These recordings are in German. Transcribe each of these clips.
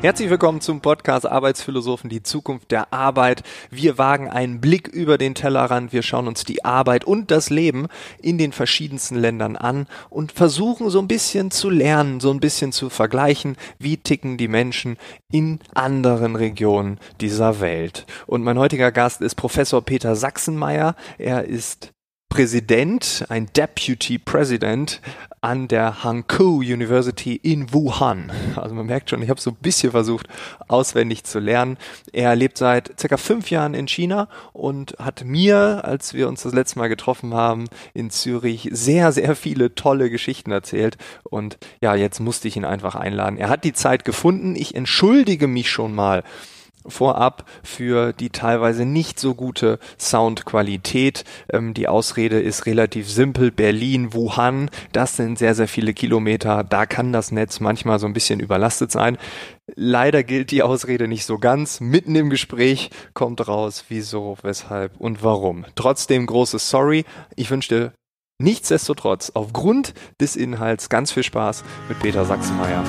Herzlich willkommen zum Podcast Arbeitsphilosophen, die Zukunft der Arbeit. Wir wagen einen Blick über den Tellerrand, wir schauen uns die Arbeit und das Leben in den verschiedensten Ländern an und versuchen so ein bisschen zu lernen, so ein bisschen zu vergleichen, wie ticken die Menschen in anderen Regionen dieser Welt. Und mein heutiger Gast ist Professor Peter Sachsenmeier. Er ist Präsident, ein Deputy President an der Hankou University in Wuhan. Also man merkt schon, ich habe so ein bisschen versucht, auswendig zu lernen. Er lebt seit circa 5 Jahren in China und hat mir, als wir uns das letzte Mal getroffen haben, in Zürich sehr, sehr viele tolle Geschichten erzählt. Und ja, jetzt musste ich ihn einfach einladen. Er hat die Zeit gefunden. Ich entschuldige mich schon mal vorab für die teilweise nicht so gute Soundqualität. Die Ausrede ist relativ simpel. Berlin, Wuhan, das sind sehr, sehr viele Kilometer. Da kann das Netz manchmal so ein bisschen überlastet sein. Leider gilt die Ausrede nicht so ganz. Mitten im Gespräch kommt raus, wieso, weshalb und warum. Trotzdem großes Sorry. Ich wünsche dir nichtsdestotrotz aufgrund des Inhalts ganz viel Spaß mit Peter Sachsenmeier.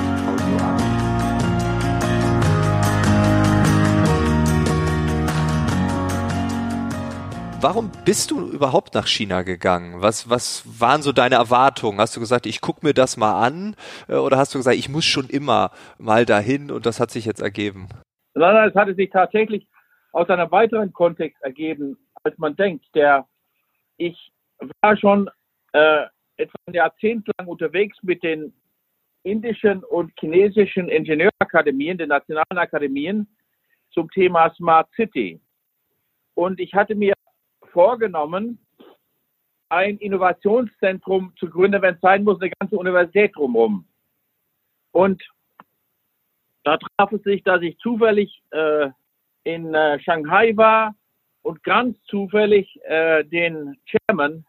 Warum bist du überhaupt nach China gegangen? Was waren so deine Erwartungen? Hast du gesagt, ich gucke mir das mal an? Oder hast du gesagt, ich muss schon immer mal dahin und das hat sich jetzt ergeben? Nein, es hatte sich tatsächlich aus einem weiteren Kontext ergeben, als man denkt. Ich war schon etwa ein Jahrzehnt lang unterwegs mit den indischen und chinesischen Ingenieurakademien, den nationalen Akademien, zum Thema Smart City. Und ich hatte mir vorgenommen, ein Innovationszentrum zu gründen, wenn es sein muss, eine ganze Universität drumherum. Und da traf es sich, dass ich zufällig in Shanghai war und ganz zufällig den Chairman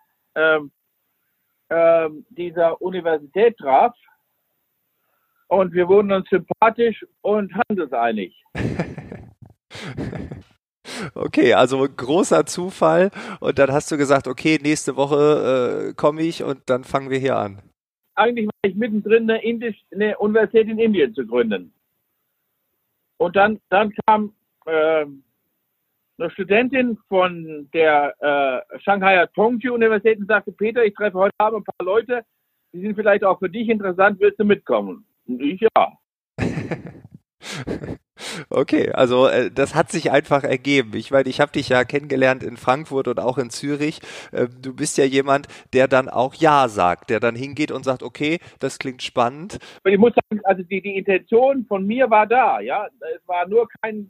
dieser Universität traf. Und wir wurden uns sympathisch und handelseinig. Okay, also großer Zufall und dann hast du gesagt, okay, nächste Woche komme ich und dann fangen wir hier an. Eigentlich war ich mittendrin, eine Universität in Indien zu gründen. Und dann kam eine Studentin von der Shanghaier Tongji Universität und sagte, Peter, ich treffe heute Abend ein paar Leute, die sind vielleicht auch für dich interessant, willst du mitkommen? Und ich, ja. Okay, also das hat sich einfach ergeben. Ich meine, ich habe dich ja kennengelernt in Frankfurt und auch in Zürich. Du bist ja jemand, der dann auch Ja sagt, der dann hingeht und sagt, okay, das klingt spannend. Und ich muss sagen, also die Intention von mir war da, ja. Es war nur kein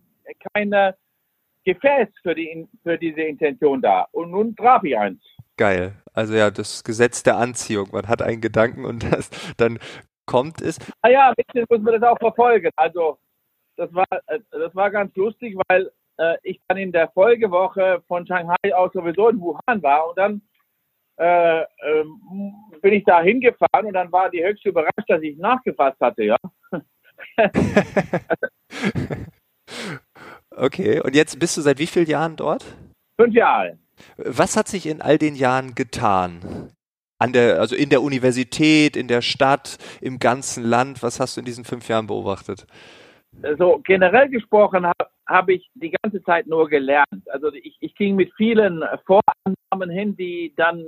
Gefäß für diese Intention da. Und nun traf ich eins. Geil. Also ja, das Gesetz der Anziehung. Man hat einen Gedanken und dann kommt es. Naja, ein bisschen muss man das auch verfolgen. Also das war ganz lustig, weil ich dann in der Folgewoche von Shanghai aus sowieso in Wuhan war und dann bin ich da hingefahren und dann war die höchste überrascht, dass ich nachgefasst hatte, ja. Okay, und jetzt bist du seit wie vielen Jahren dort? 5 Jahre. Was hat sich in all den Jahren getan? Also in der Universität, in der Stadt, im ganzen Land, was hast du in diesen 5 Jahren beobachtet? So generell gesprochen habe ich die ganze Zeit nur gelernt. Also ich ging mit vielen Vorannahmen hin, die dann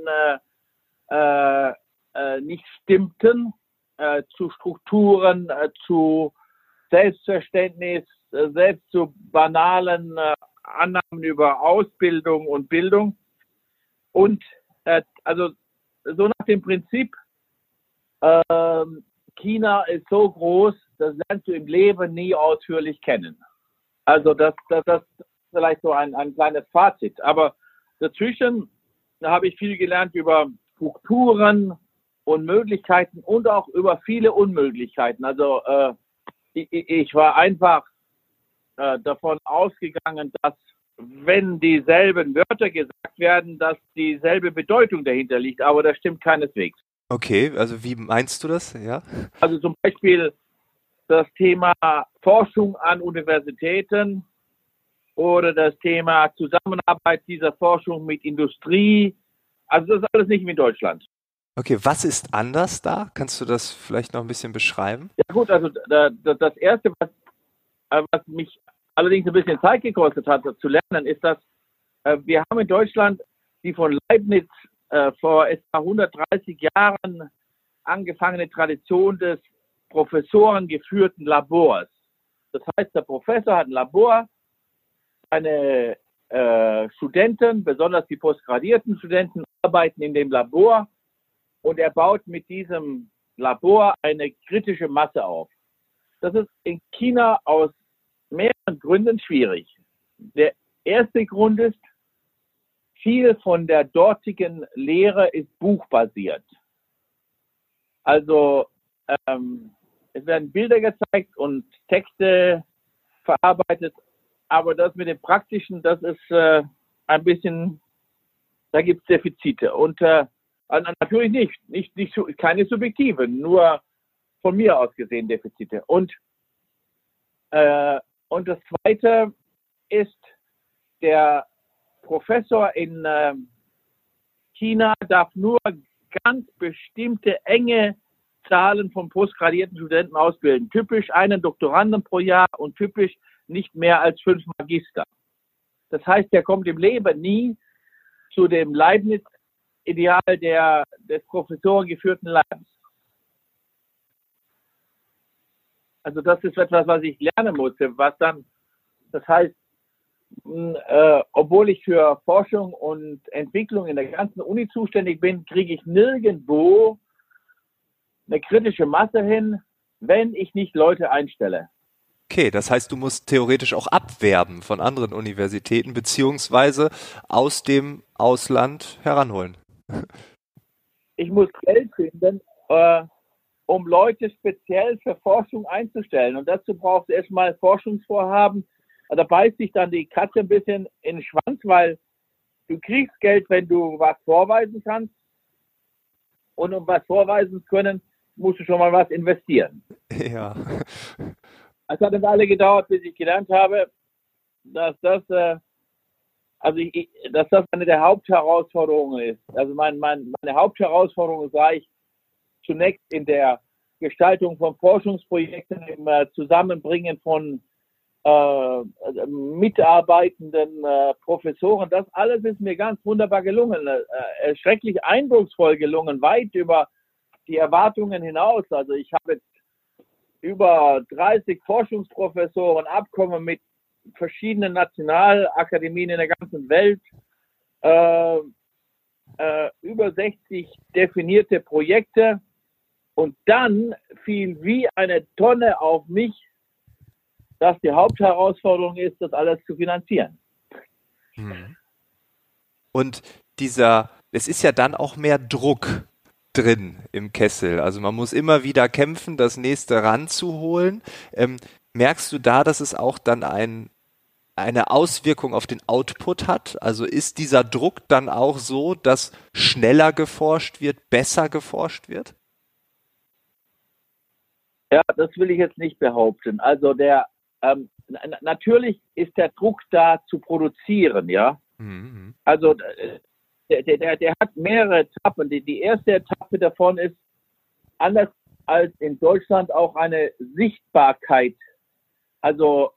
nicht stimmten, zu Strukturen, zu Selbstverständnis, selbst zu banalen Annahmen über Ausbildung und Bildung. Und also so nach dem Prinzip, China ist so groß, das lernst du im Leben nie ausführlich kennen. Also das ist vielleicht so ein kleines Fazit. Aber dazwischen habe ich viel gelernt über Strukturen und Möglichkeiten und auch über viele Unmöglichkeiten. Also ich war einfach davon ausgegangen, dass wenn dieselben Wörter gesagt werden, dass dieselbe Bedeutung dahinter liegt. Aber das stimmt keineswegs. Okay, also wie meinst du das? Ja. Also zum Beispiel das Thema Forschung an Universitäten oder das Thema Zusammenarbeit dieser Forschung mit Industrie. Also das ist alles nicht wie in Deutschland. Okay, was ist anders da? Kannst du das vielleicht noch ein bisschen beschreiben? Ja gut, also das Erste, was mich allerdings ein bisschen Zeit gekostet hat, das zu lernen, ist, dass wir haben in Deutschland die von Leibniz vor etwa 130 Jahren angefangene Tradition des professorengeführten Labors. Das heißt, der Professor hat ein Labor, seine Studenten, besonders die postgradierten Studenten, arbeiten in dem Labor und er baut mit diesem Labor eine kritische Masse auf. Das ist in China aus mehreren Gründen schwierig. Der erste Grund ist, viel von der dortigen Lehre ist buchbasiert. Also es werden Bilder gezeigt und Texte verarbeitet, aber das mit dem Praktischen, das ist ein bisschen, da gibt es Defizite. Und natürlich nicht keine subjektive, nur von mir aus gesehen Defizite. Und das Zweite ist, der Professor in China darf nur ganz bestimmte enge Zahlen von postgradierten Studenten ausbilden. Typisch einen Doktoranden pro Jahr und typisch nicht mehr als 5 Magister. Das heißt, er kommt im Leben nie zu dem Leibniz-Ideal des professorengeführten Lernens. Also das ist etwas, was ich lernen musste, das heißt, obwohl ich für Forschung und Entwicklung in der ganzen Uni zuständig bin, kriege ich nirgendwo eine kritische Masse hin, wenn ich nicht Leute einstelle. Okay, das heißt, du musst theoretisch auch abwerben von anderen Universitäten beziehungsweise aus dem Ausland heranholen. Ich muss Geld finden, um Leute speziell für Forschung einzustellen. Und dazu brauchst du erstmal Forschungsvorhaben. Da beißt sich dann die Katze ein bisschen in den Schwanz, weil du kriegst Geld, wenn du was vorweisen kannst. Und um was vorweisen zu können, musst du schon mal was investieren. Ja. Es hat eine Weile gedauert, bis ich gelernt habe, dass das eine der Hauptherausforderungen ist. Also meine Hauptherausforderung sah ich zunächst in der Gestaltung von Forschungsprojekten, im Zusammenbringen von mitarbeitenden Professoren. Das alles ist mir ganz wunderbar gelungen, schrecklich eindrucksvoll gelungen, weit über die Erwartungen hinaus. Also ich habe jetzt über 30 Forschungsprofessoren, Abkommen mit verschiedenen Nationalakademien in der ganzen Welt, über 60 definierte Projekte und dann fiel wie eine Tonne auf mich, dass die Hauptherausforderung ist, das alles zu finanzieren. Und es ist ja dann auch mehr Druck drin im Kessel. Also man muss immer wieder kämpfen, das nächste ranzuholen. Merkst du da, dass es auch dann eine Auswirkung auf den Output hat? Also ist dieser Druck dann auch so, dass schneller geforscht wird, besser geforscht wird? Ja, das will ich jetzt nicht behaupten. Also natürlich ist der Druck da zu produzieren, ja. Mhm. Also der hat mehrere Etappen. Die erste Etappe davon ist, anders als in Deutschland, auch eine Sichtbarkeit. Also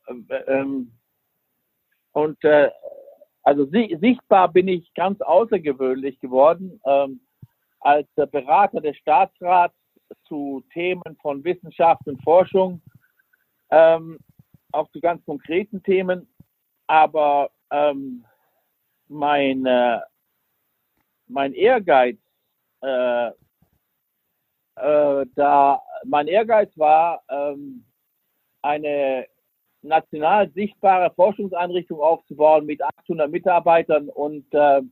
sichtbar bin ich ganz außergewöhnlich geworden als Berater des Staatsrats zu Themen von Wissenschaft und Forschung, auch zu ganz konkreten Themen. Aber mein Ehrgeiz, war, eine national sichtbare Forschungseinrichtung aufzubauen mit 800 Mitarbeitern und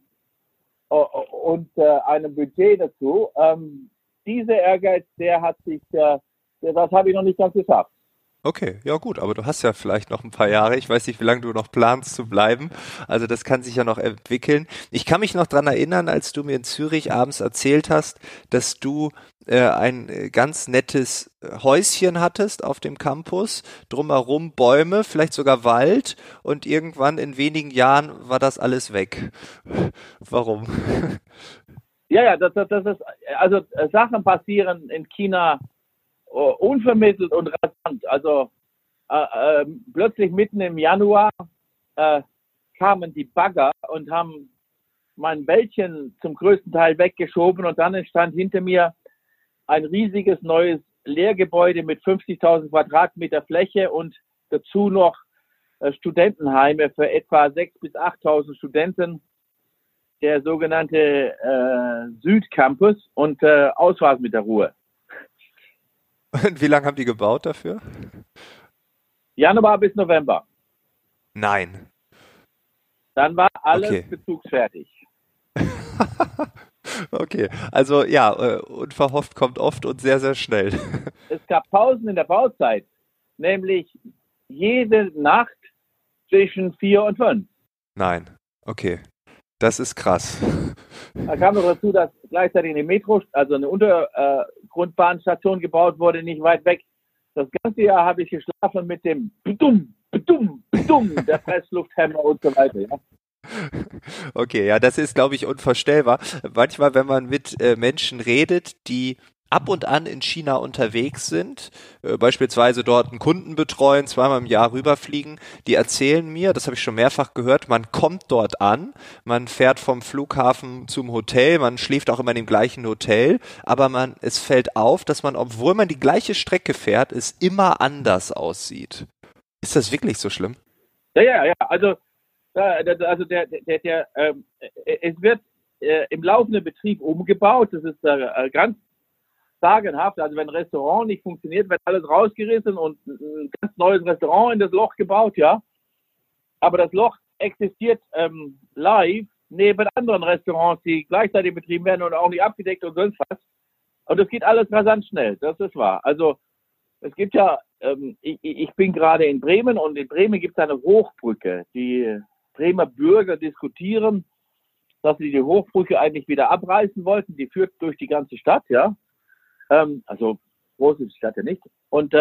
einem Budget dazu. Dieser Ehrgeiz, das habe ich noch nicht ganz geschafft. Okay, ja gut, aber du hast ja vielleicht noch ein paar Jahre. Ich weiß nicht, wie lange du noch planst zu bleiben. Also das kann sich ja noch entwickeln. Ich kann mich noch dran erinnern, als du mir in Zürich abends erzählt hast, dass du ein ganz nettes Häuschen hattest auf dem Campus, drumherum Bäume, vielleicht sogar Wald und irgendwann in wenigen Jahren war das alles weg. Warum? Ja, das ist, also Sachen passieren in China unvermittelt und rasant. Also plötzlich mitten im Januar kamen die Bagger und haben mein Wäldchen zum größten Teil weggeschoben und dann entstand hinter mir ein riesiges neues Lehrgebäude mit 50.000 Quadratmeter Fläche und dazu noch Studentenheime für etwa 6.000 bis 8.000 Studenten, der sogenannte Südcampus und aus war's mit der Ruhe. Und wie lange haben die gebaut dafür? Januar bis November. Nein. Dann war alles Okay. bezugsfertig. Okay. Also ja, unverhofft kommt oft und sehr, sehr schnell. Es gab Pausen in der Bauzeit, nämlich jede Nacht zwischen 4 und 5. Nein. Okay. Das ist krass. Da kam noch dazu, dass gleichzeitig eine Metro, also eine Untergrundbahnstation gebaut wurde, nicht weit weg. Das ganze Jahr habe ich geschlafen mit dem Bedum, Bedum, Bedum, der Presslufthämmer und so weiter. Ja. Okay, ja, das ist, glaube ich, unvorstellbar. Manchmal, wenn man mit Menschen redet, die ab und an in China unterwegs sind, beispielsweise dort einen Kunden betreuen, zweimal im Jahr rüberfliegen, die erzählen mir, das habe ich schon mehrfach gehört, man kommt dort an, man fährt vom Flughafen zum Hotel, man schläft auch immer in dem gleichen Hotel, aber es fällt auf, dass man, obwohl man die gleiche Strecke fährt, es immer anders aussieht. Ist das wirklich so schlimm? Ja. Also es wird im laufenden Betrieb umgebaut. Das ist ganz sagenhaft. Also wenn ein Restaurant nicht funktioniert, wird alles rausgerissen und ein ganz neues Restaurant in das Loch gebaut, ja. Aber das Loch existiert live neben anderen Restaurants, die gleichzeitig betrieben werden und auch nicht abgedeckt und sonst was. Und das geht alles rasant schnell, das ist wahr. Also es gibt ja, ich bin gerade in Bremen und in Bremen gibt es eine Hochbrücke. Die Bremer Bürger diskutieren, dass sie die Hochbrücke eigentlich wieder abreißen wollten. Die führt durch die ganze Stadt, ja. Also groß ist die Stadt ja nicht. Und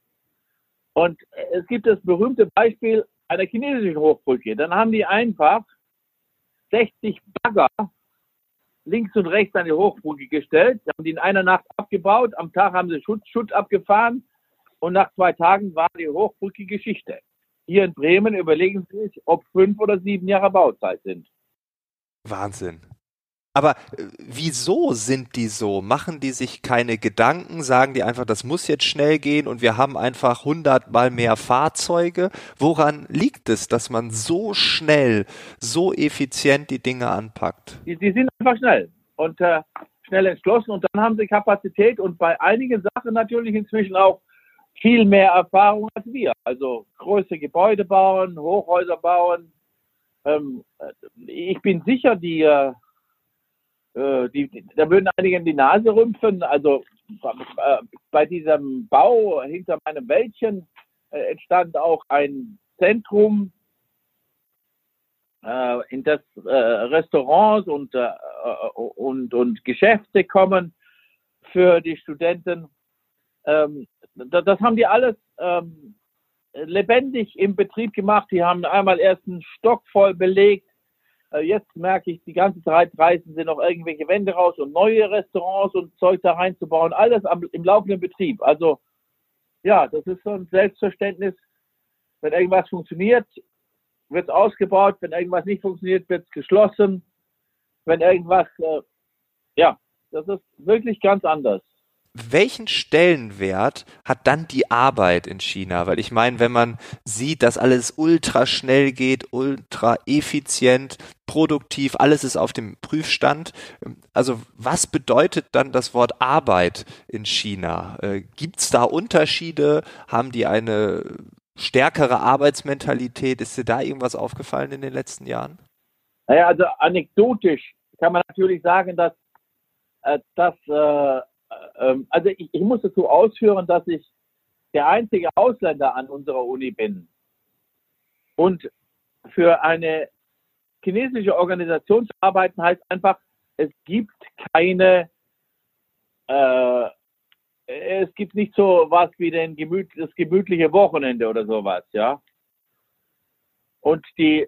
es gibt das berühmte Beispiel einer chinesischen Hochbrücke. Dann haben die einfach 60 Bagger links und rechts an die Hochbrücke gestellt, haben die in einer Nacht abgebaut, am Tag haben sie Schutt abgefahren und nach 2 Tagen war die Hochbrücke Geschichte. Hier in Bremen überlegen Sie sich, ob 5 oder 7 Jahre Bauzeit sind. Wahnsinn. Aber wieso sind die so? Machen die sich keine Gedanken? Sagen die einfach, das muss jetzt schnell gehen und wir haben einfach 100-mal mehr Fahrzeuge? Woran liegt es, dass man so schnell, so effizient die Dinge anpackt? Die sind einfach schnell und schnell entschlossen und dann haben sie Kapazität und bei einigen Sachen natürlich inzwischen auch viel mehr Erfahrung als wir. Also große Gebäude bauen, Hochhäuser bauen. Ich bin sicher, da würden einigen die Nase rümpfen. Also bei diesem Bau hinter meinem Wäldchen entstand auch ein Zentrum, in das Restaurants und Geschäfte kommen für die Studenten. Das haben die alles lebendig im Betrieb gemacht. Die haben einmal erst einen Stock voll belegt. Jetzt merke ich, die ganze Zeit reißen sie noch irgendwelche Wände raus und neue Restaurants und Zeug da reinzubauen. Alles im laufenden Betrieb. Also ja, das ist so ein Selbstverständnis. Wenn irgendwas funktioniert, wird es ausgebaut. Wenn irgendwas nicht funktioniert, wird es geschlossen. Wenn irgendwas, das ist wirklich ganz anders. Welchen Stellenwert hat dann die Arbeit in China? Weil ich meine, wenn man sieht, dass alles ultra schnell geht, ultra effizient, produktiv, alles ist auf dem Prüfstand. Also was bedeutet dann das Wort Arbeit in China? Gibt es da Unterschiede? Haben die eine stärkere Arbeitsmentalität? Ist dir da irgendwas aufgefallen in den letzten Jahren? Naja, also anekdotisch kann man natürlich sagen, dass also ich muss dazu ausführen, dass ich der einzige Ausländer an unserer Uni bin. Und für eine chinesische Organisation zu arbeiten heißt einfach, es gibt nicht so was wie das gemütliche Wochenende oder sowas, ja. Und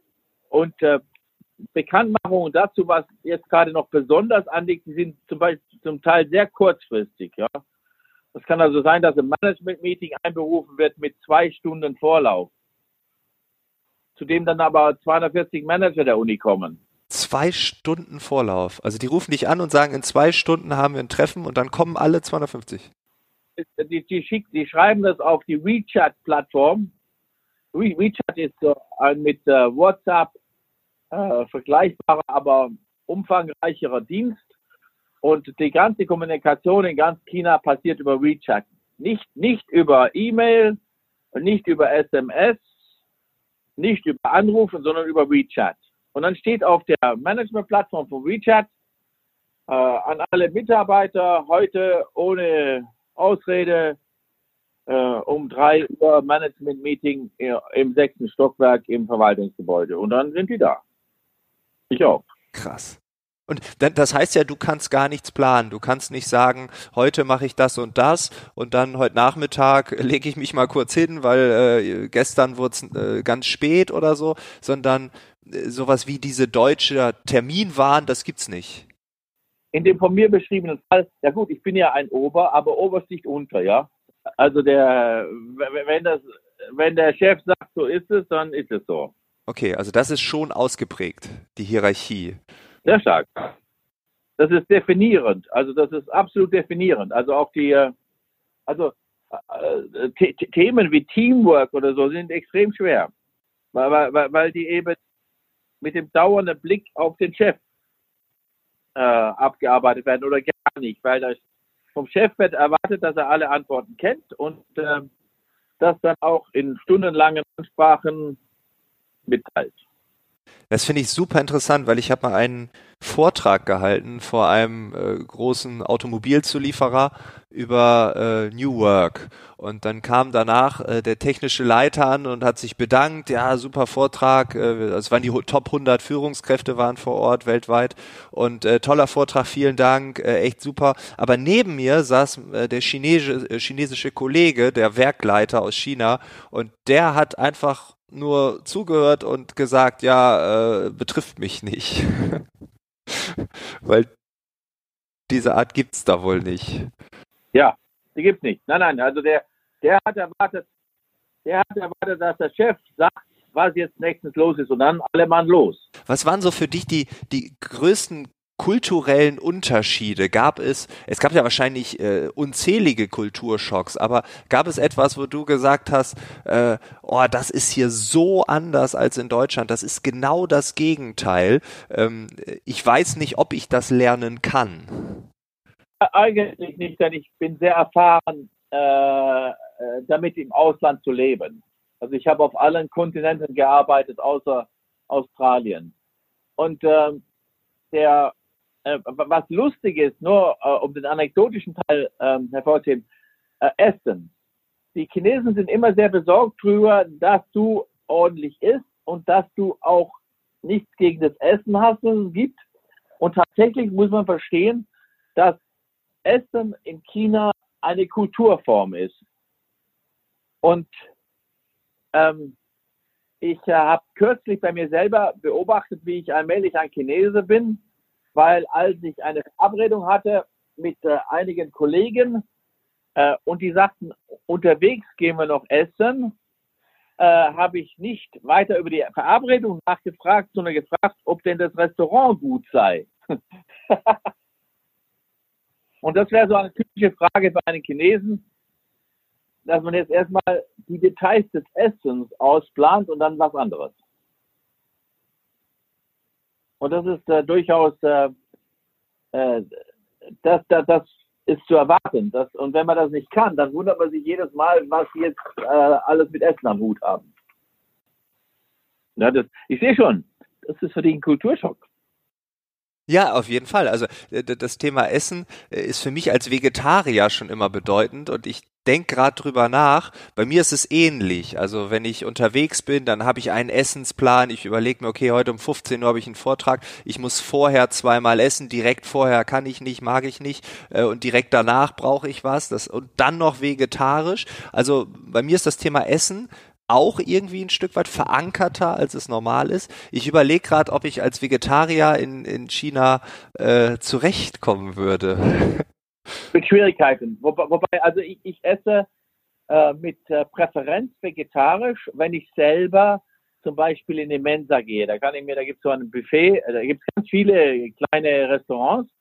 Bekanntmachungen dazu, was jetzt gerade noch besonders anliegt, die sind zum Teil sehr kurzfristig, ja. Es kann also sein, dass ein Management-Meeting einberufen wird mit 2 Stunden Vorlauf, zu dem dann aber 240 Manager der Uni kommen. 2 Stunden Vorlauf. Also die rufen dich an und sagen, in 2 Stunden haben wir ein Treffen und dann kommen alle 250. Die schreiben das auf die WeChat-Plattform. WeChat ist ein mit WhatsApp vergleichbarer, aber umfangreicherer Dienst. Und die ganze Kommunikation in ganz China passiert über WeChat. Nicht über E-Mail, nicht über SMS, nicht über Anrufen, sondern über WeChat. Und dann steht auf der Management-Plattform von WeChat an alle Mitarbeiter heute ohne Ausrede um 3 Uhr Management-Meeting im 6. Stockwerk im Verwaltungsgebäude. Und dann sind die da. Ich auch. Krass. Und das heißt ja, du kannst gar nichts planen. Du kannst nicht sagen, heute mache ich das und dann heute Nachmittag lege ich mich mal kurz hin, weil gestern wurde es ganz spät oder so, sondern sowas wie diese deutsche Terminwahn, das gibt's nicht. In dem von mir beschriebenen Fall, ja gut, ich bin ja ein Ober, aber Oberst nicht unter, ja. Also wenn der Chef sagt, so ist es, dann ist es so. Okay, also das ist schon ausgeprägt, die Hierarchie. Sehr stark. Das ist definierend. Also das ist absolut definierend. Also auch Themen wie Teamwork oder so sind extrem schwer, weil die eben mit dem dauernden Blick auf den Chef abgearbeitet werden oder gar nicht, weil das vom Chef wird erwartet, dass er alle Antworten kennt und das dann auch in stundenlangen Ansprachen mitteilt. Das finde ich super interessant, weil ich habe mal einen Vortrag gehalten vor einem großen Automobilzulieferer über New Work. Und dann kam danach der technische Leiter an und hat sich bedankt. Ja, super Vortrag. Es waren die Top 100 Führungskräfte waren vor Ort weltweit. Und toller Vortrag, vielen Dank, echt super. Aber neben mir saß der chinesische Kollege, der Werkleiter aus China. Und der hat einfach nur zugehört und gesagt, ja, betrifft mich nicht. Weil diese Art gibt's da wohl nicht. Ja, die gibt's nicht. Nein, also der hat erwartet, dass der Chef sagt, was jetzt nächstens los ist und dann alle Mann los. Was waren so für dich die größten kulturellen Unterschiede? Es gab ja wahrscheinlich unzählige Kulturschocks, aber gab es etwas, wo du gesagt hast, das ist hier so anders als in Deutschland, das ist genau das Gegenteil. Ich weiß nicht, ob ich das lernen kann. Eigentlich nicht, denn ich bin sehr erfahren, damit im Ausland zu leben. Also ich habe auf allen Kontinenten gearbeitet, außer Australien. Und was lustig ist, nur um den anekdotischen Teil hervorzuheben, Essen. Die Chinesen sind immer sehr besorgt darüber, dass du ordentlich isst und dass du auch nichts gegen das Essen hast, das es gibt. Und tatsächlich muss man verstehen, dass Essen in China eine Kulturform ist. Und ich habe kürzlich bei mir selber beobachtet, wie ich allmählich ein Chinese bin, weil als ich eine Verabredung hatte mit einigen Kollegen und die sagten, unterwegs gehen wir noch essen, habe ich nicht weiter über die Verabredung nachgefragt, sondern gefragt, ob denn das Restaurant gut sei. Und das wäre so eine typische Frage für einen Chinesen, dass man jetzt erstmal die Details des Essens ausplant und dann was anderes. Und das ist durchaus, das ist zu erwarten. Und wenn man das nicht kann, dann wundert man sich jedes Mal, was sie jetzt alles mit Essen am Hut haben. Ja, ich sehe schon, das ist für dich ein Kulturschock. Ja, auf jeden Fall. Also das Thema Essen ist für mich als Vegetarier schon immer bedeutend und ich denke gerade drüber nach. Bei mir ist es ähnlich. Also wenn ich unterwegs bin, dann habe ich einen Essensplan. Ich überlege mir, okay, heute um 15 Uhr habe ich einen Vortrag. Ich muss vorher zweimal essen. Direkt vorher kann ich nicht, mag ich nicht. Und direkt danach brauche ich was. Und dann noch vegetarisch. Also bei mir ist das Thema Essen auch irgendwie ein Stück weit verankerter, als es normal ist. Ich überlege gerade, ob ich als Vegetarier in China zurechtkommen würde. Mit Schwierigkeiten. Wobei also ich esse mit Präferenz vegetarisch, wenn ich selber zum Beispiel in die Mensa gehe. Da gibt es so ein Buffet, da gibt es ganz viele kleine Restaurants,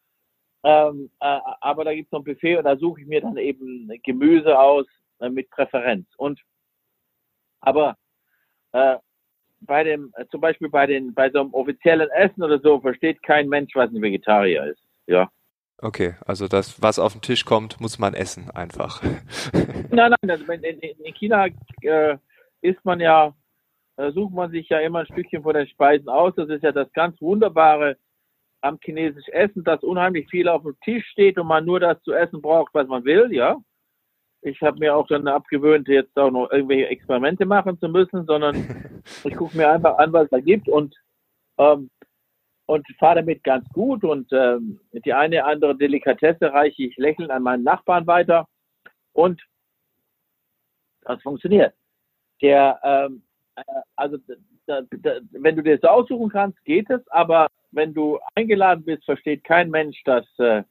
aber da gibt es so ein Buffet und da suche ich mir dann eben Gemüse aus mit Präferenz. Aber zum Beispiel bei so einem offiziellen Essen oder so versteht kein Mensch, was ein Vegetarier ist. Ja. Okay, also das, was auf den Tisch kommt, muss man essen einfach. Nein, also in China isst man ja, sucht man sich ja immer ein Stückchen von den Speisen aus. Das ist ja das ganz Wunderbare am chinesischen Essen, dass unheimlich viel auf dem Tisch steht und man nur das zu essen braucht, was man will, ja. Ich habe mir auch dann abgewöhnt, jetzt auch noch irgendwelche Experimente machen zu müssen, sondern ich gucke mir einfach an, was es da gibt und fahre damit ganz gut. Und die eine andere Delikatesse reiche ich lächelnd an meinen Nachbarn weiter und das funktioniert. Also wenn du dir das aussuchen kannst, geht es, aber wenn du eingeladen bist, versteht kein Mensch, dass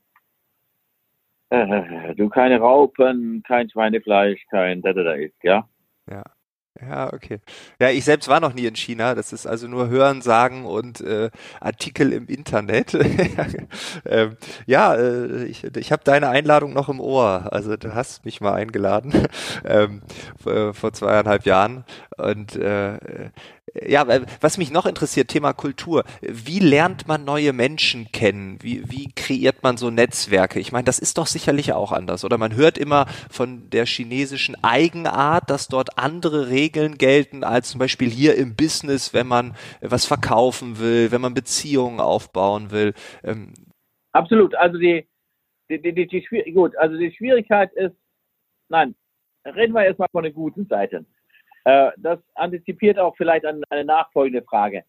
du keine Raupen, kein Schweinefleisch, kein da isst, ja? Ja. Ja, okay. Ja, ich selbst war noch nie in China. Das ist also nur Hören, Sagen und Artikel im Internet. Ja, ich habe deine Einladung noch im Ohr. Also du hast mich mal eingeladen vor 2,5 Jahren. Und ja, was mich noch interessiert, Thema Kultur. Wie lernt man neue Menschen kennen? Wie kreiert man so Netzwerke? Ich meine, das ist doch sicherlich auch anders. Oder man hört immer von der chinesischen Eigenart, dass dort andere Regeln gelten als zum Beispiel hier im Business, wenn man was verkaufen will, wenn man Beziehungen aufbauen will. Absolut. Also die Schwierigkeit ist, nein, reden wir erstmal von der guten Seite. Das antizipiert auch vielleicht eine nachfolgende Frage.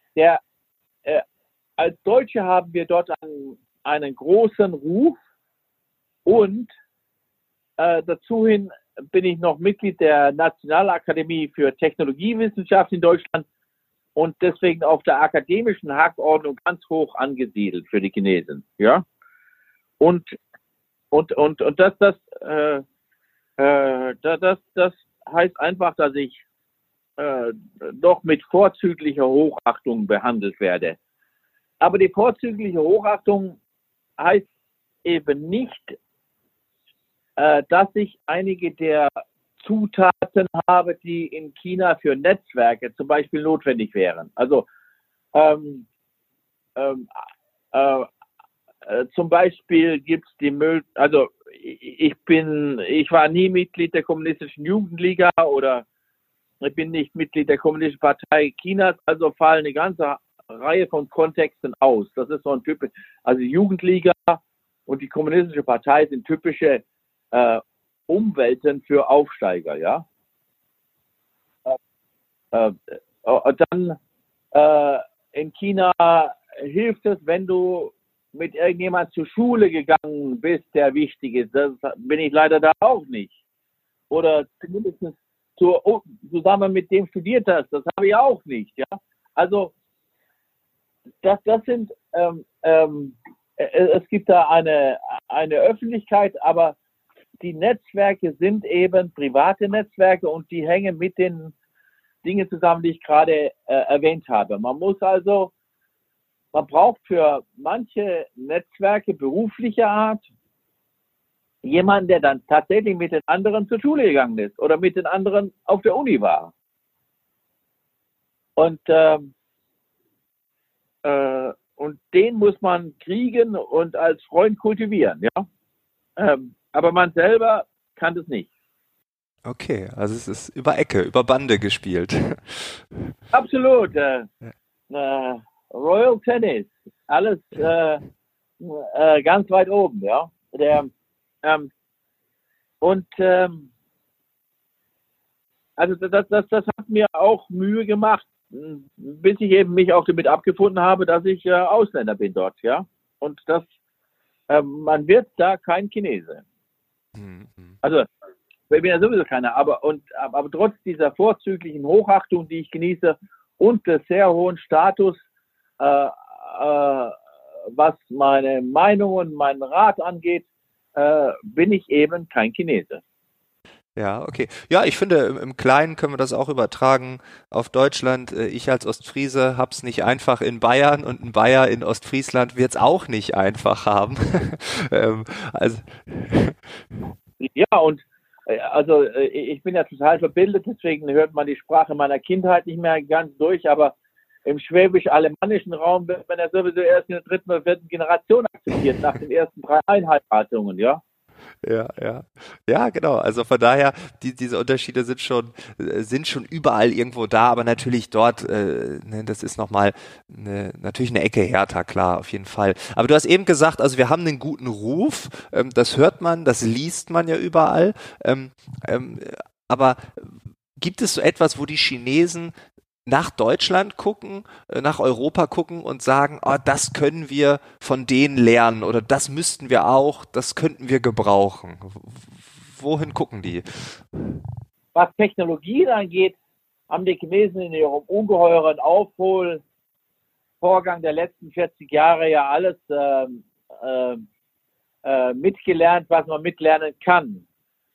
Als Deutsche haben wir dort einen großen Ruf und dazu hin bin ich noch Mitglied der Nationalakademie für Technologiewissenschaft in Deutschland und deswegen auf der akademischen Hackordnung ganz hoch angesiedelt für die Chinesen. Ja? Und das heißt einfach, dass ich doch mit vorzüglicher Hochachtung behandelt werde. Aber die vorzügliche Hochachtung heißt eben nicht, dass ich einige der Zutaten habe, die in China für Netzwerke zum Beispiel notwendig wären. Also zum Beispiel gibt es ich war nie Mitglied der Kommunistischen Jugendliga oder ich bin nicht Mitglied der Kommunistischen Partei Chinas, also fallen eine ganze Reihe von Kontexten aus. Das ist so ein typisch, also die Jugendliga und die Kommunistische Partei sind typische Umwelten für Aufsteiger, ja. Dann in China hilft es, wenn du mit irgendjemand zur Schule gegangen bist, der wichtig ist. Das bin ich leider da auch nicht. Oder zumindest zusammen mit dem studiert hast. Das habe ich auch nicht, ja. Also das sind es gibt da eine Öffentlichkeit, aber die Netzwerke sind eben private Netzwerke und die hängen mit den Dingen zusammen, die ich gerade erwähnt habe. Man braucht für manche Netzwerke beruflicher Art jemanden, der dann tatsächlich mit den anderen zur Schule gegangen ist oder mit den anderen auf der Uni war. Und den muss man kriegen und als Freund kultivieren, ja. Aber man selber kann das nicht. Okay, also es ist über Ecke, über Bande gespielt. Absolut. Royal Tennis, alles ganz weit oben, ja. Also das hat mir auch Mühe gemacht, bis ich eben mich auch damit abgefunden habe, dass ich Ausländer bin dort, ja. Und man wird da kein Chinese. Also, ich bin ja sowieso keiner, aber trotz dieser vorzüglichen Hochachtung, die ich genieße und des sehr hohen Status, was meine Meinung und meinen Rat angeht, bin ich eben kein Chinese. Ja, okay. Ja, ich finde, im Kleinen können wir das auch übertragen auf Deutschland. Ich als Ostfriese hab's nicht einfach in Bayern und ein Bayer in Ostfriesland wird's auch nicht einfach haben. Also, Ja, und ich bin ja total verbildet, deswegen hört man die Sprache meiner Kindheit nicht mehr ganz durch, aber im schwäbisch-alemannischen Raum wird man ja sowieso erst in der dritten oder vierten Generation akzeptiert, nach den ersten 3 Einheiratungen, ja. ja, ja. Ja, genau. Also von daher, diese Unterschiede sind schon überall irgendwo da, aber natürlich dort, ne, das ist nochmal natürlich eine Ecke härter, klar, auf jeden Fall. Aber du hast eben gesagt, also wir haben einen guten Ruf, das hört man, das liest man ja überall. Ähm, ähm, aber gibt es so etwas, wo die Chinesen nach Deutschland gucken, nach Europa gucken und sagen, oh, das können wir von denen lernen oder das müssten wir auch, das könnten wir gebrauchen. Wohin gucken die? Was Technologien angeht, haben die Chinesen in ihrem ungeheuren Aufholvorgang der letzten 40 Jahre ja alles mitgelernt, was man mitlernen kann.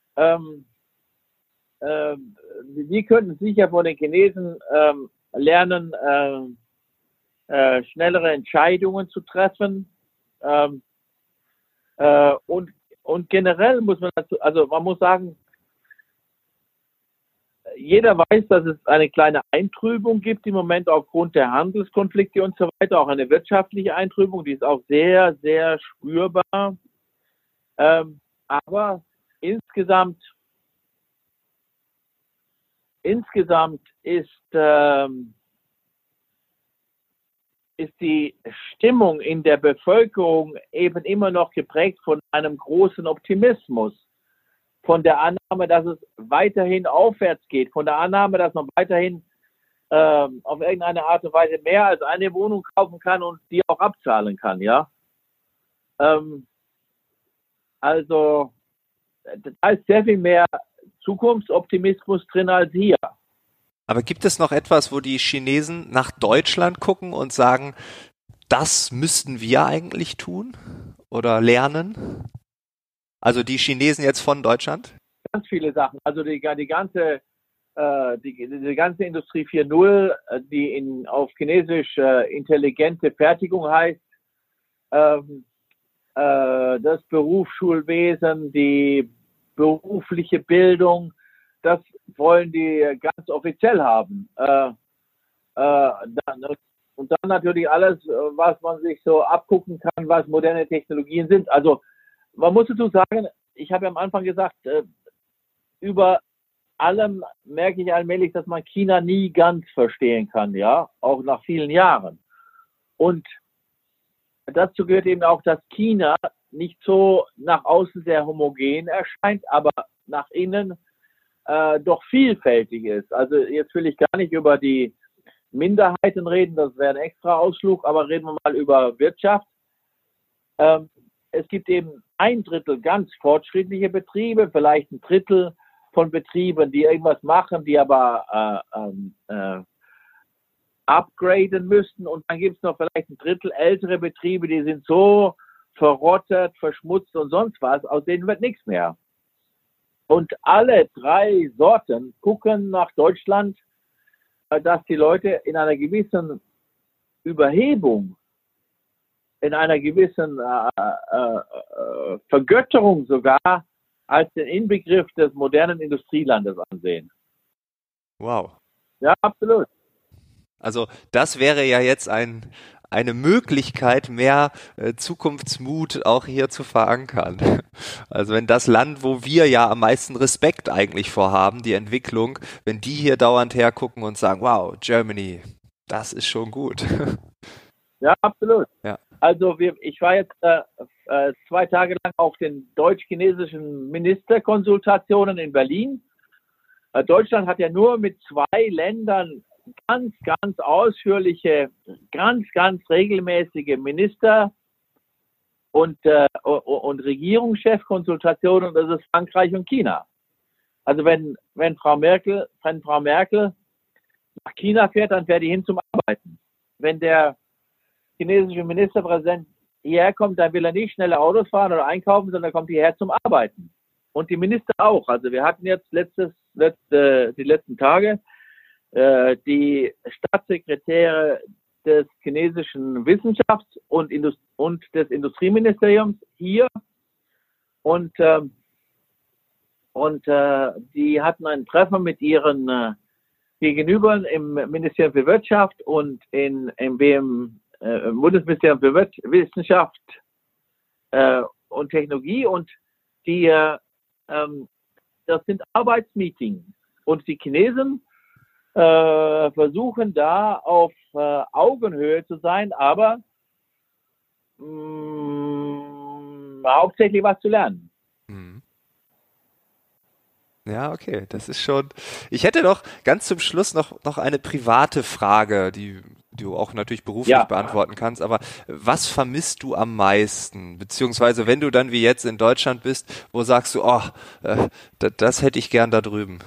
Sie könnten sicher von den Chinesen lernen, schnellere Entscheidungen zu treffen. Und generell muss man dazu, also man muss sagen, jeder weiß, dass es eine kleine Eintrübung gibt im Moment aufgrund der Handelskonflikte und so weiter, auch eine wirtschaftliche Eintrübung, die ist auch sehr, sehr spürbar. Aber insgesamt ist die Stimmung in der Bevölkerung eben immer noch geprägt von einem großen Optimismus, von der Annahme, dass es weiterhin aufwärts geht, von der Annahme, dass man weiterhin auf irgendeine Art und Weise mehr als eine Wohnung kaufen kann und die auch abzahlen kann, ja. Also da ist sehr viel mehr Zukunftsoptimismus drin als hier. Aber gibt es noch etwas, wo die Chinesen nach Deutschland gucken und sagen, das müssten wir eigentlich tun oder lernen? Also die Chinesen jetzt von Deutschland? Ganz viele Sachen. Also die ganze Industrie 4.0, die auf Chinesisch intelligente Fertigung heißt, das Berufsschulwesen, die berufliche Bildung, das wollen die ganz offiziell haben. Und dann natürlich alles, was man sich so abgucken kann, was moderne Technologien sind. Also man muss dazu sagen, ich habe ja am Anfang gesagt, über allem merke ich allmählich, dass man China nie ganz verstehen kann, ja, auch nach vielen Jahren. Und dazu gehört eben auch, dass China nicht so nach außen sehr homogen erscheint, aber nach innen doch vielfältig ist. Also jetzt will ich gar nicht über die Minderheiten reden, das wäre ein extra Ausflug, aber reden wir mal über Wirtschaft. Es gibt eben 1/3 ganz fortschrittliche Betriebe, vielleicht 1/3 von Betrieben, die irgendwas machen, die aber upgraden müssten. Und dann gibt es noch vielleicht 1/3 ältere Betriebe, die sind so verrottet, verschmutzt und sonst was, aus denen wird nichts mehr. Und alle 3 Sorten gucken nach Deutschland, dass die Leute in einer gewissen Überhebung, in einer gewissen Vergötterung sogar als den Inbegriff des modernen Industrielandes ansehen. Wow. Ja, absolut. Also das wäre ja jetzt eine Möglichkeit, mehr Zukunftsmut auch hier zu verankern. Also wenn das Land, wo wir ja am meisten Respekt eigentlich vorhaben, die Entwicklung, wenn die hier dauernd hergucken und sagen, wow, Germany, das ist schon gut. Ja, absolut. Ja. Also ich war jetzt 2 Tage lang auf den deutsch-chinesischen Ministerkonsultationen in Berlin. Deutschland hat ja nur mit 2 Ländern ganz, ganz ausführliche, ganz, ganz regelmäßige Minister- und Regierungschefkonsultationen, und das ist Frankreich und China. Also wenn Frau Merkel nach China fährt, dann fährt die hin zum Arbeiten. Wenn der chinesische Ministerpräsident hierher kommt, dann will er nicht schnelle Autos fahren oder einkaufen, sondern kommt hierher zum Arbeiten. Und die Minister auch. Also wir hatten jetzt die letzten Tage die Staatssekretäre des chinesischen Wissenschafts- und des Industrieministeriums hier und die hatten ein Treffen mit ihren Gegenübern im Ministerium für Wirtschaft und im Bundesministerium für Wissenschaft und Technologie und die das sind Arbeitsmeetings und die Chinesen versuchen da auf Augenhöhe zu sein, aber hauptsächlich was zu lernen. Ja, okay, das ist schon. Ich hätte noch ganz zum Schluss noch eine private Frage, die du auch natürlich beruflich beantworten kannst, aber was vermisst du am meisten? Beziehungsweise wenn du dann wie jetzt in Deutschland bist, wo sagst du, oh, das hätte ich gern da drüben?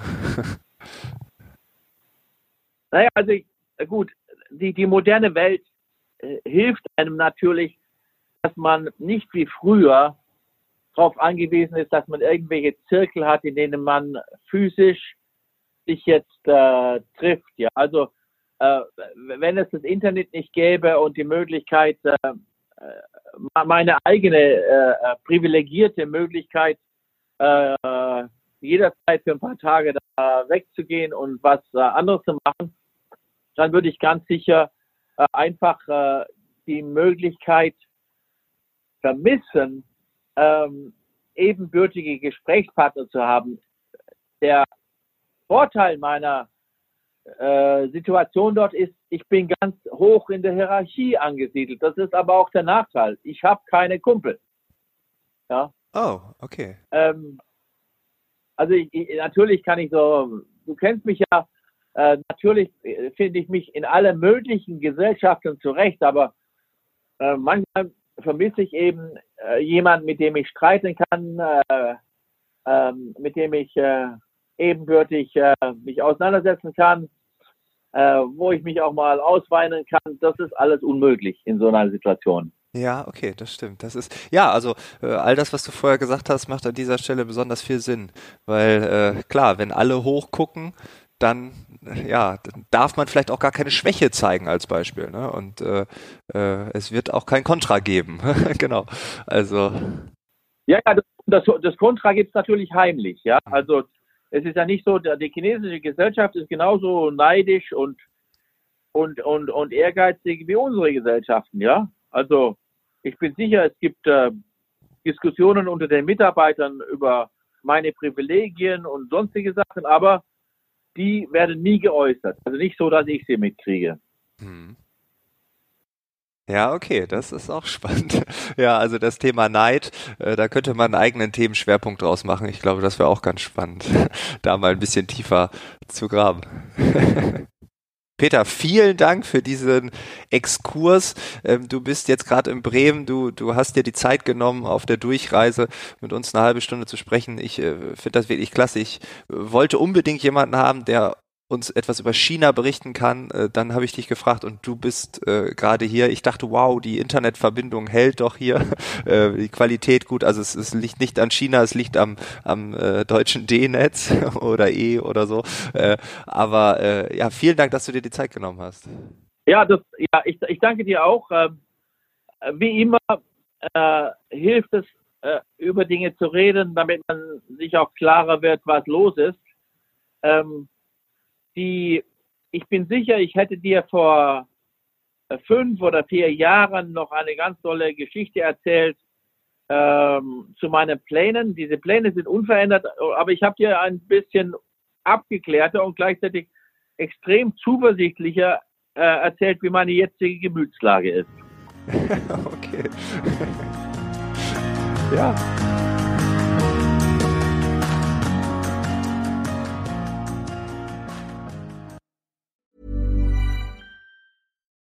Naja, also gut, die moderne Welt hilft einem natürlich, dass man nicht wie früher darauf angewiesen ist, dass man irgendwelche Zirkel hat, in denen man physisch sich jetzt trifft. Ja, also wenn es das Internet nicht gäbe und die Möglichkeit, meine eigene privilegierte Möglichkeit, jederzeit für ein paar Tage da wegzugehen und was anderes zu machen, dann würde ich ganz sicher einfach die Möglichkeit vermissen, ebenbürtige Gesprächspartner zu haben. Der Vorteil meiner Situation dort ist, ich bin ganz hoch in der Hierarchie angesiedelt. Das ist aber auch der Nachteil. Ich habe keine Kumpel. Ja. Oh, okay. Also natürlich kann ich so, du kennst mich ja, natürlich finde ich mich in allen möglichen Gesellschaften zurecht, aber manchmal vermisse ich eben jemanden, mit dem ich streiten kann, mit dem ich ebenbürtig mich auseinandersetzen kann, wo ich mich auch mal ausweinen kann. Das ist alles unmöglich in so einer Situation. Ja, okay, das stimmt. Das ist, ja, also all das, was du vorher gesagt hast, macht an dieser Stelle besonders viel Sinn. Weil klar, wenn alle hochgucken, dann darf man vielleicht auch gar keine Schwäche zeigen als Beispiel, ne? Und es wird auch kein Kontra geben. Genau. Also. Ja, das Kontra gibt es natürlich heimlich, ja. Also es ist ja nicht so, die chinesische Gesellschaft ist genauso neidisch und ehrgeizig wie unsere Gesellschaften, ja. Also ich bin sicher, es gibt Diskussionen unter den Mitarbeitern über meine Privilegien und sonstige Sachen, aber die werden nie geäußert. Also nicht so, dass ich sie mitkriege. Ja, okay, das ist auch spannend. Ja, also das Thema Neid, da könnte man einen eigenen Themenschwerpunkt draus machen. Ich glaube, das wäre auch ganz spannend, da mal ein bisschen tiefer zu graben. Peter, vielen Dank für diesen Exkurs. Du bist jetzt gerade in Bremen, du hast dir die Zeit genommen, auf der Durchreise mit uns eine halbe Stunde zu sprechen. Ich finde das wirklich klasse. Ich wollte unbedingt jemanden haben, der uns etwas über China berichten kann. Dann habe ich dich gefragt und du bist gerade hier. Ich dachte, wow, die Internetverbindung hält doch hier. Die Qualität gut. Also es liegt nicht an China, es liegt am deutschen D-Netz oder E oder so. Aber ja, vielen Dank, dass du dir die Zeit genommen hast. Ja, ich danke dir auch. Wie immer hilft es, über Dinge zu reden, damit man sich auch klarer wird, was los ist. Ich bin sicher, ich hätte dir vor 5 oder 4 Jahren noch eine ganz tolle Geschichte erzählt zu meinen Plänen. Diese Pläne sind unverändert, aber ich habe dir ein bisschen abgeklärter und gleichzeitig extrem zuversichtlicher erzählt, wie meine jetzige Gemütslage ist. Okay. Ja.